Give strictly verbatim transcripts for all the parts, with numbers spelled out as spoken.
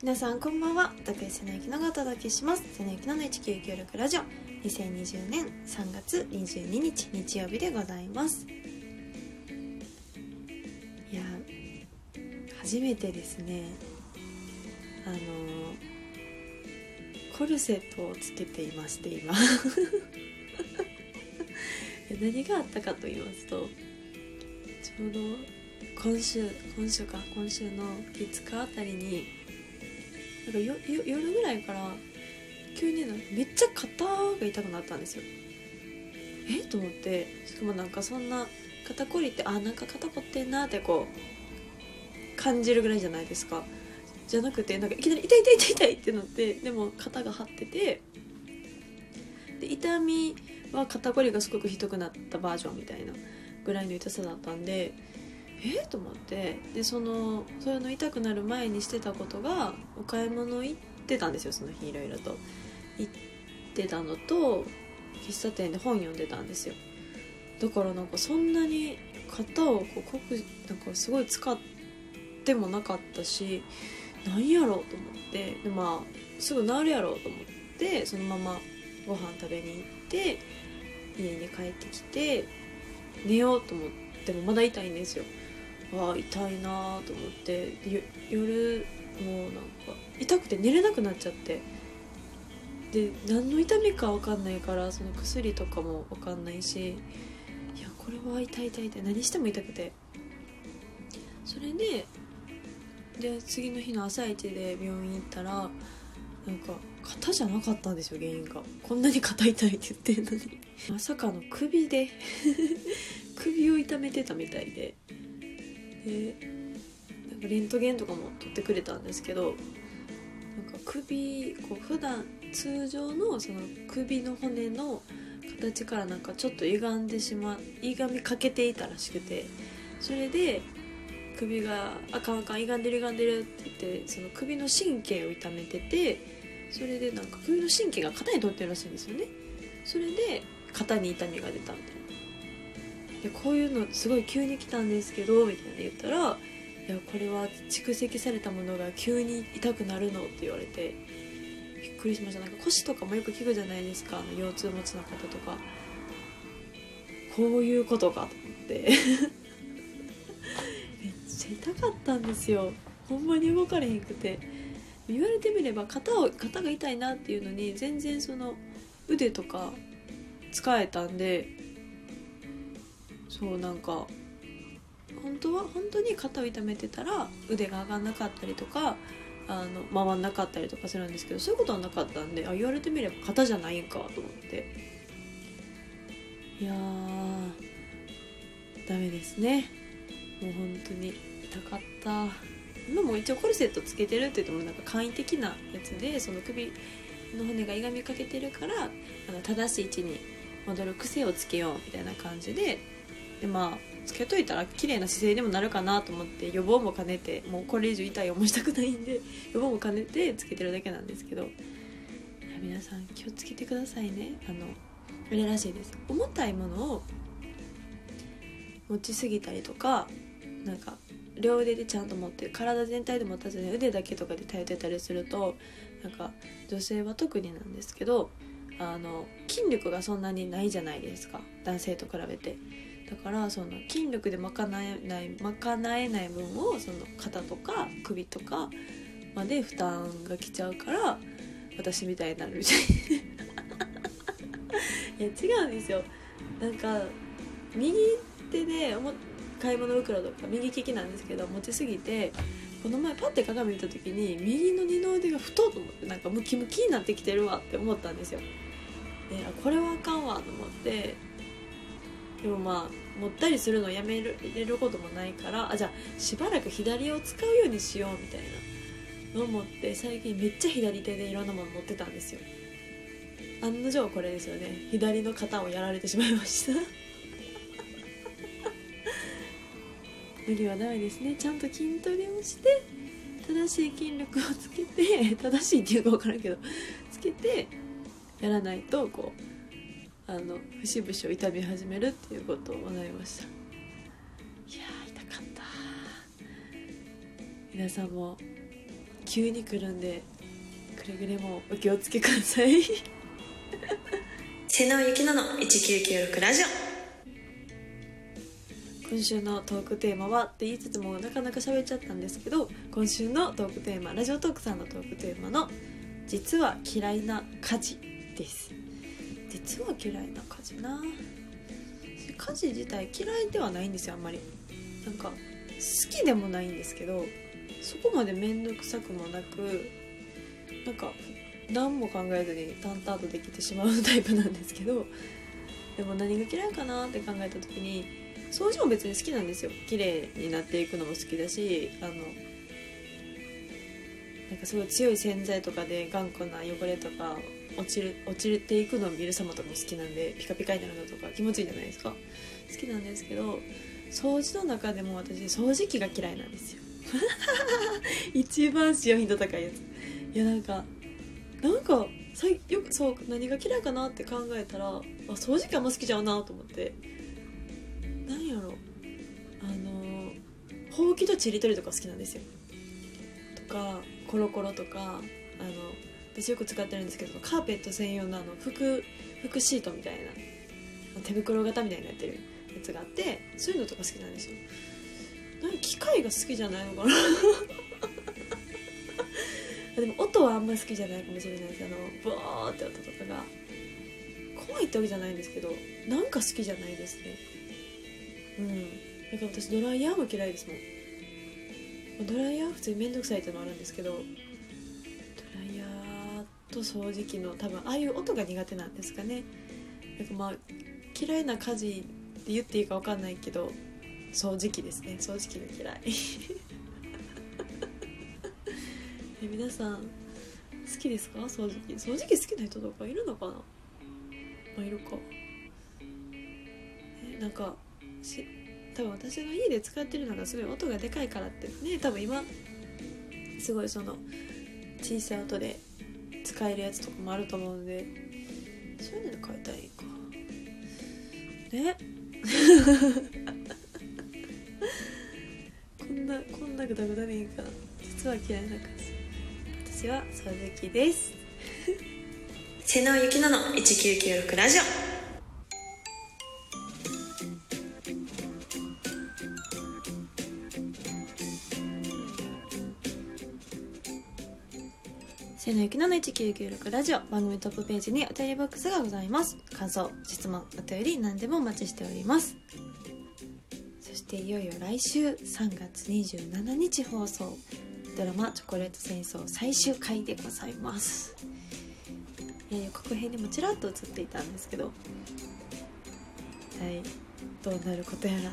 皆さんこんばんは。竹内瀬名幸乃がお届けします。瀬名幸乃のいちきゅうきゅうろくラジオ、にせんにじゅうねんさんがつにじゅうににち日曜日でございます。いや初めてですね、あのコルセットをつけていまして今何があったかと言いますと、ちょうど今週今週か今週のいつかあたりになんかよよ夜ぐらいから急になんかめっちゃ肩が痛くなったんですよ。えと思って、しかもなんかそんな肩こりってあなんか肩こってんなってこう感じるぐらいじゃないですか。じゃなくてなんかいきなり痛い痛い痛い痛いってなって、でも肩が張ってて、で痛みは肩こりがすごくひどくなったバージョンみたいなぐらいの痛さだったんで、えー、と思って、でそのそれの痛くなる前にしてたことが、お買い物行ってたんですよ。その日いろいろと行ってたのと、喫茶店で本読んでたんですよ。だからなんかそんなに肩をこうこくなんかすごい使ってもなかったし、なんやろうと思って、でまあすぐ治るやろうと思って、そのままご飯食べに行って家に帰ってきて寝ようと思ってもまだ痛いんですよ。ああ痛いなと思って、夜もうなんか痛くて寝れなくなっちゃって、で何の痛みか分かんないから、その薬とかも分かんないし、いやこれは痛い痛い痛い、何しても痛くて、それでで次の日の朝一で病院行ったら、なんか肩じゃなかったんですよ、原因が。こんなに肩痛いって言ってんのにまさかの首で首を痛めてたみたいで、でなんかレントゲンとかも取ってくれたんですけど、なんか首こう普段通常のその首の骨の形からなんかちょっと歪んでしま歪みかけていたらしくて、それで首があかんあかん歪んでる歪んでるって言って、その首の神経を痛めてて、それでなんか首の神経が肩に通ってるらしいんですよね。それで肩に痛みが出たみたいな。でこういうのすごい急に来たんですけどみたいな言ったら、いやこれは蓄積されたものが急に痛くなるのって言われて、びっくりしました。なんか腰とかもよく聞くじゃないですか、あの腰痛持ちの方とか。こういうことかと思ってめっちゃ痛かったんですよ。ほんまに動かれへんくて、言われてみれば肩を肩が痛いなっていうのに全然その腕とか使えたんで、そうなんか本当は本当に肩を痛めてたら腕が上がんなかったりとか、あの回んなかったりとかするんですけど、そういうことはなかったんで、あ言われてみれば肩じゃないんかと思って、いやーダメですね。もう本当に痛かった。今も一応コルセットつけてるって言ってもなんか簡易的なやつで、その首の骨が歪みかけてるから、あの正しい位置に戻る癖をつけようみたいな感じで、でまあつけといたら綺麗な姿勢にもなるかなと思って、予防も兼ねて、もうこれ以上痛い思いしたくないんで予防も兼ねてつけてるだけなんですけど、皆さん気をつけてくださいね。あのあれらしいです。重たいものを持ちすぎたりとか、なんか両腕でちゃんと持って体全体で持たずに腕だけとかで耐えてたりすると、なんか女性は特になんですけど、あの筋力がそんなにないじゃないですか、男性と比べて。だからその筋力で賄えない賄えない分をその肩とか首とかまで負担がきちゃうから、私みたいになるみたいいや違うんですよ。なんか右手で買い物袋とか右利きなんですけど持ちすぎて、この前パッて鏡見た時に右の二の腕が太っと思って、なんかムキムキになってきてるわって思ったんですよ。でこれはあかんわと思って、でもまあ持ったりするのをやめる入れることもないから、あじゃあしばらく左を使うようにしようみたいなのを思って、最近めっちゃ左手でいろんなもの持ってたんですよ。案の定これですよね、左の肩をやられてしまいました無理はダメですね。ちゃんと筋トレをして正しい筋力をつけて、正しいっていうか分からんけどつけてやらないと、こうあの節々を痛み始めるっていうことを学びました。いやー痛かった。皆さんも急に来るんでくれぐれもお気をつけください瀬野ゆきののいちきゅうきゅうろくラジオ。 今週のトークテーマはって言いつつもなかなか喋っちゃったんですけど、今週のトークテーマ、ラジオトークさんのトークテーマの実は嫌いな家事です。実は嫌いな家事な、家事自体嫌いではないんですよ。あんまりなんか好きでもないんですけど、そこまで面倒くさくもなく、なんか何も考えずに淡々とできてしまうタイプなんですけど、でも何が嫌いかなって考えた時に、掃除も別に好きなんですよ。綺麗になっていくのも好きだし、あのなんかすごい強い洗剤とかで頑固な汚れとか落ちる落ちていくのを見る様とかも好きなんで、ピカピカになるのとか気持ちいいじゃないですか。好きなんですけど、掃除の中でも私掃除機が嫌いなんですよ一番使用頻度高いやつ。いやなんかなんかさいよくそう何が嫌いかなって考えたら、あ掃除機あんま好きじゃんなと思って、なんやろ、あのほうきとちりとりとか好きなんですよ。とかコロコロとか、あの私よく使ってるんですけど、カーペット専用のあの服服シートみたいな手袋型みたいになってるやつがあって、そういうのとか好きなんですよ。なんか機械が好きじゃないのかなでも音はあんまり好きじゃないかもしれないです。あのボーって音とかが怖いってわけじゃないんですけど、なんか好きじゃないですね。うんだから私ドライヤーも嫌いですもん。ドライヤー普通にめんどくさいっていうのもあるんですけど、ドライヤーと掃除機の多分ああいう音が苦手なんですかね。なんかまあ嫌いな家事って言っていいか分かんないけど、掃除機ですね。掃除機が嫌いえ皆さん好きですか？掃除機。掃除機好きな人とかいるのかな。まあいるか。えなんかし多分私の家で使ってるのがすごい音がでかいからってね、多分今すごいその小さい音で使えるやつとかもあると思うんで、そういうので変えたらいいかねこんなこんなグダグダでいいかな。実は嫌いな感じ。私は掃除機です瀬野ゆきののいちきゅうきゅうろくラジオ。 瀬野ゆきののいちきゅうきゅうろくラジオ、番組トップページにお便りボックスがございます。感想、質問、お便り何でもお待ちしております。そしていよいよ来週さんがつにじゅうしちにち放送、ドラマチョコレート戦争最終回でございます。いや予告編にもちらっと映っていたんですけど、はいどうなることやらぜ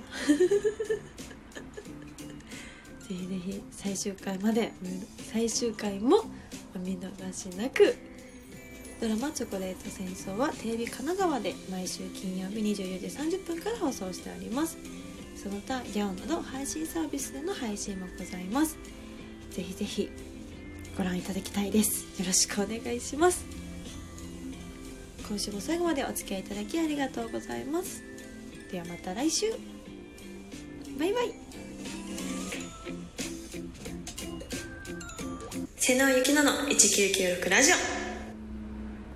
ひぜひ最終回まで、最終回もお見逃しなく。ドラマチョコレート戦争はテレビ神奈川で毎週金曜日にじゅうよじさんじゅっぷんから放送しております。その他ギャオなど配信サービスでの配信もございます。ぜひぜひご覧いただきたいです。よろしくお願いします。今週も最後までお付き合いいただきありがとうございます。ではまた来週、バイバイ。 瀬野ゆきののいちきゅうきゅうろくラジオ。